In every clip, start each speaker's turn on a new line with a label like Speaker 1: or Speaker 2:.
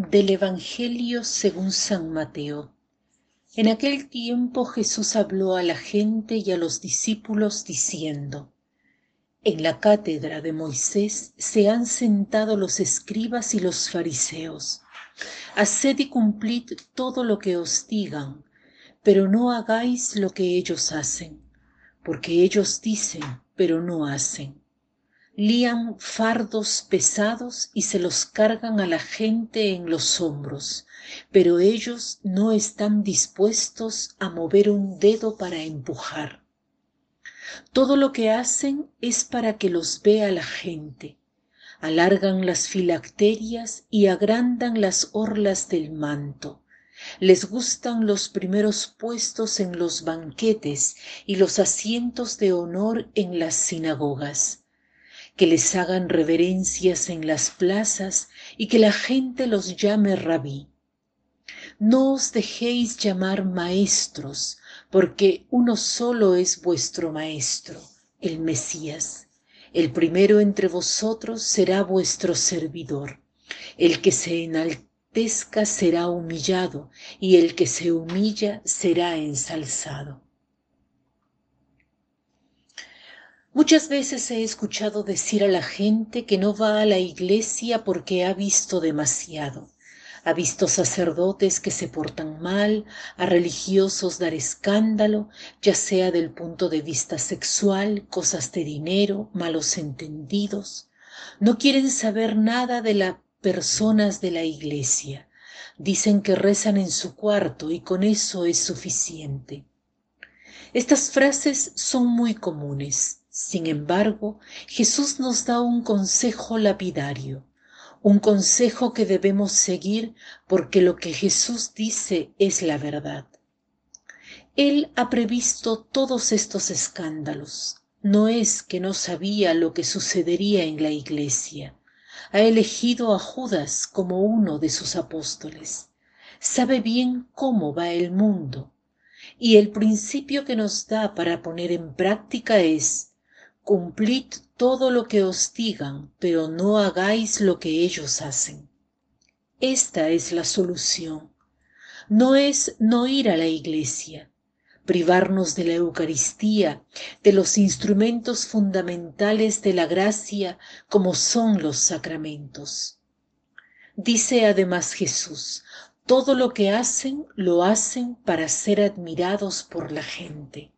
Speaker 1: Del Evangelio según San Mateo. En aquel tiempo Jesús habló a la gente y a los discípulos diciendo: En la cátedra de Moisés se han sentado los escribas y los fariseos. Haced y cumplid todo lo que os digan, pero no hagáis lo que ellos hacen, porque ellos dicen, pero no hacen. Lían fardos pesados y se los cargan a la gente en los hombros, pero ellos no están dispuestos a mover un dedo para empujar. Todo lo que hacen es para que los vea la gente. Alargan las filacterias y agrandan las orlas del manto. Les gustan los primeros puestos en los banquetes y los asientos de honor en las sinagogas. Que les hagan reverencias en las plazas y que la gente los llame rabí. No os dejéis llamar maestros, porque uno solo es vuestro maestro, el Mesías. El primero entre vosotros será vuestro servidor. El que se enaltezca será humillado, y el que se humilla será ensalzado. Muchas veces he escuchado decir a la gente que no va a la iglesia porque ha visto demasiado. Ha visto sacerdotes que se portan mal, a religiosos dar escándalo, ya sea del punto de vista sexual, cosas de dinero, malos entendidos. No quieren saber nada de las personas de la iglesia. Dicen que rezan en su cuarto y con eso es suficiente. Estas frases son muy comunes. Sin embargo, Jesús nos da un consejo lapidario, un consejo que debemos seguir porque lo que Jesús dice es la verdad. Él ha previsto todos estos escándalos. No es que no sabía lo que sucedería en la iglesia. Ha elegido a Judas como uno de sus apóstoles. Sabe bien cómo va el mundo. Y el principio que nos da para poner en práctica es: cumplid todo lo que os digan, pero no hagáis lo que ellos hacen. Esta es la solución. No es no ir a la iglesia, privarnos de la Eucaristía, de los instrumentos fundamentales de la gracia como son los sacramentos. Dice además Jesús: todo lo que hacen, lo hacen para ser admirados por la gente.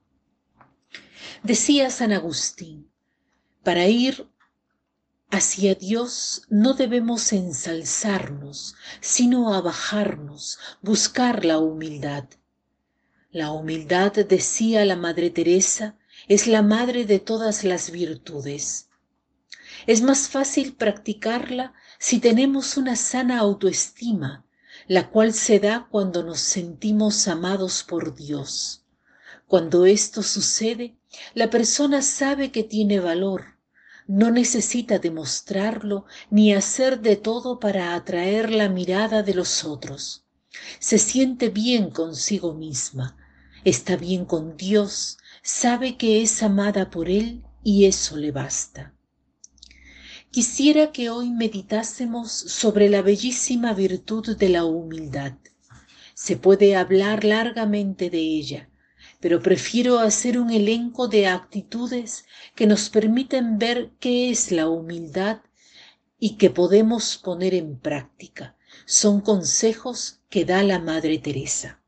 Speaker 1: Decía San Agustín: para ir hacia Dios no debemos ensalzarnos, sino abajarnos, buscar la humildad. La humildad, decía la Madre Teresa, es la madre de todas las virtudes. Es más fácil practicarla si tenemos una sana autoestima, la cual se da cuando nos sentimos amados por Dios. Cuando esto sucede, la persona sabe que tiene valor, no necesita demostrarlo ni hacer de todo para atraer la mirada de los otros. Se siente bien consigo misma, está bien con Dios, sabe que es amada por Él y eso le basta. Quisiera que hoy meditásemos sobre la bellísima virtud de la humildad. Se puede hablar largamente de ella, pero prefiero hacer un elenco de actitudes que nos permiten ver qué es la humildad y que podemos poner en práctica. Son consejos que da la Madre Teresa.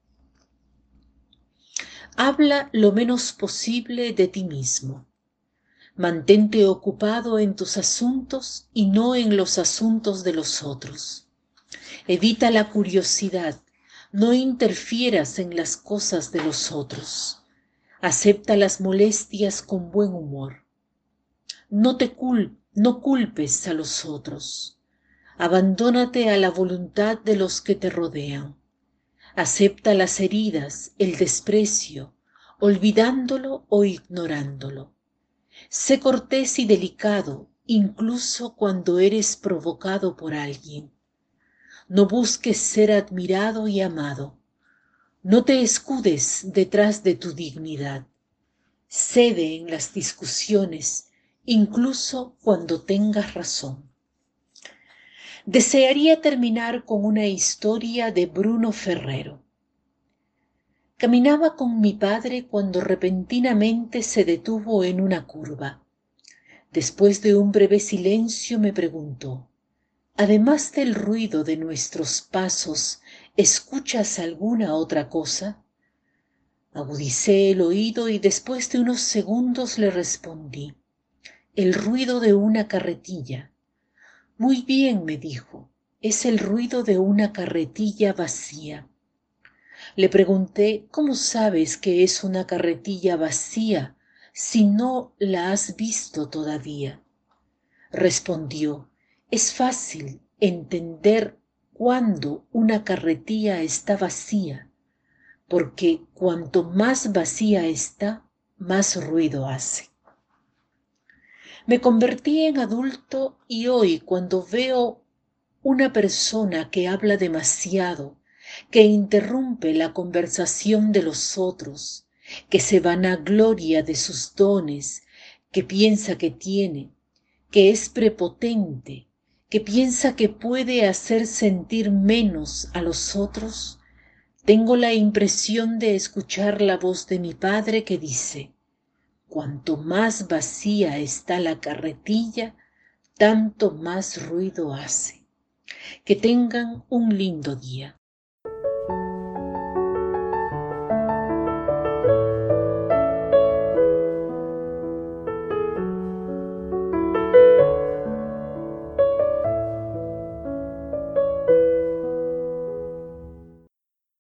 Speaker 1: Habla lo menos posible de ti mismo. Mantente ocupado en tus asuntos y no en los asuntos de los otros. Evita la curiosidad, no interfieras en las cosas de los otros. Acepta las molestias con buen humor. No culpes a los otros. Abandónate a la voluntad de los que te rodean. Acepta las heridas, el desprecio, olvidándolo o ignorándolo. Sé cortés y delicado, incluso cuando eres provocado por alguien. No busques ser admirado y amado. No te escudes detrás de tu dignidad. Cede en las discusiones, incluso cuando tengas razón. Desearía terminar con una historia de Bruno Ferrero. Caminaba con mi padre cuando repentinamente se detuvo en una curva. Después de un breve silencio me preguntó: además del ruido de nuestros pasos, ¿escuchas alguna otra cosa? Agudicé el oído y después de unos segundos le respondí: el ruido de una carretilla. Muy bien, me dijo, es el ruido de una carretilla vacía. Le pregunté: ¿cómo sabes que es una carretilla vacía si no la has visto todavía? Respondió: es fácil entender cuándo una carretilla está vacía, porque cuanto más vacía está, más ruido hace. Me convertí en adulto y hoy, cuando veo una persona que habla demasiado, que interrumpe la conversación de los otros, que se vanagloria de sus dones, que piensa que tiene, que es prepotente, que piensa que puede hacer sentir menos a los otros, tengo la impresión de escuchar la voz de mi padre que dice: cuanto más vacía está la carretilla, tanto más ruido hace. Que tengan un lindo día.